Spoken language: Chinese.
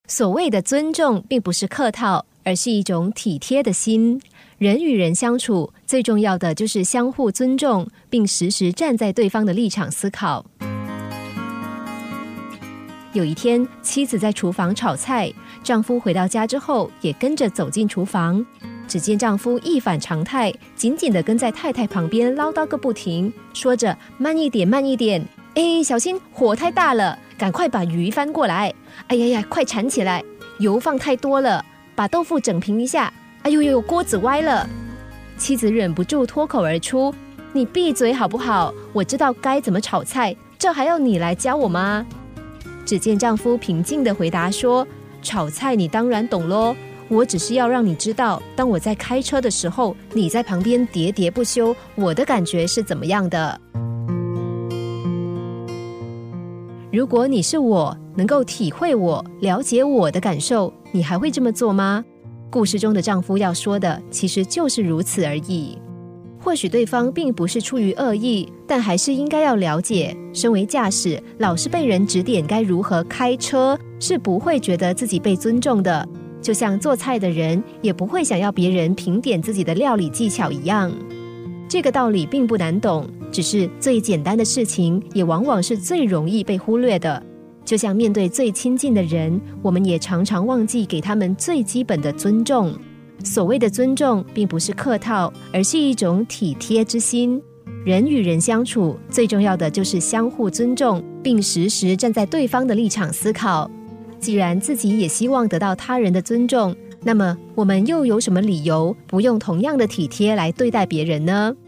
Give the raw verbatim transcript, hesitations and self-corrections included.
所谓的尊重并不是客套，而是一种体贴的心。人与人相处，最重要的就是相互尊重，并时时站在对方的立场思考。有一天，妻子在厨房炒菜，丈夫回到家之后也跟着走进厨房。只见丈夫一反常态，紧紧地跟在太太旁边唠叨个不停，说着慢一点慢一点，哎，小心火太大了，赶快把鱼翻过来，哎呀呀，快铲起来，油放太多了，把豆腐整平一下，哎呦呦，锅子歪了。妻子忍不住脱口而出，你闭嘴好不好，我知道该怎么炒菜，这还要你来教我吗？只见丈夫平静地回答说，炒菜你当然懂咯，我只是要让你知道，当我在开车的时候，你在旁边喋喋不休，我的感觉是怎么样的。如果你是我，能够体会我，了解我的感受，你还会这么做吗？故事中的丈夫要说的其实就是如此而已。或许对方并不是出于恶意，但还是应该要了解，身为驾驶，老是被人指点该如何开车，是不会觉得自己被尊重的，就像做菜的人也不会想要别人评点自己的料理技巧一样。这个道理并不难懂，只是最简单的事情也往往是最容易被忽略的。就像面对最亲近的人，我们也常常忘记给他们最基本的尊重。所谓的尊重并不是客套，而是一种体贴之心。人与人相处，最重要的就是相互尊重，并时时站在对方的立场思考。既然自己也希望得到他人的尊重，那么我们又有什么理由不用同样的体贴来对待别人呢？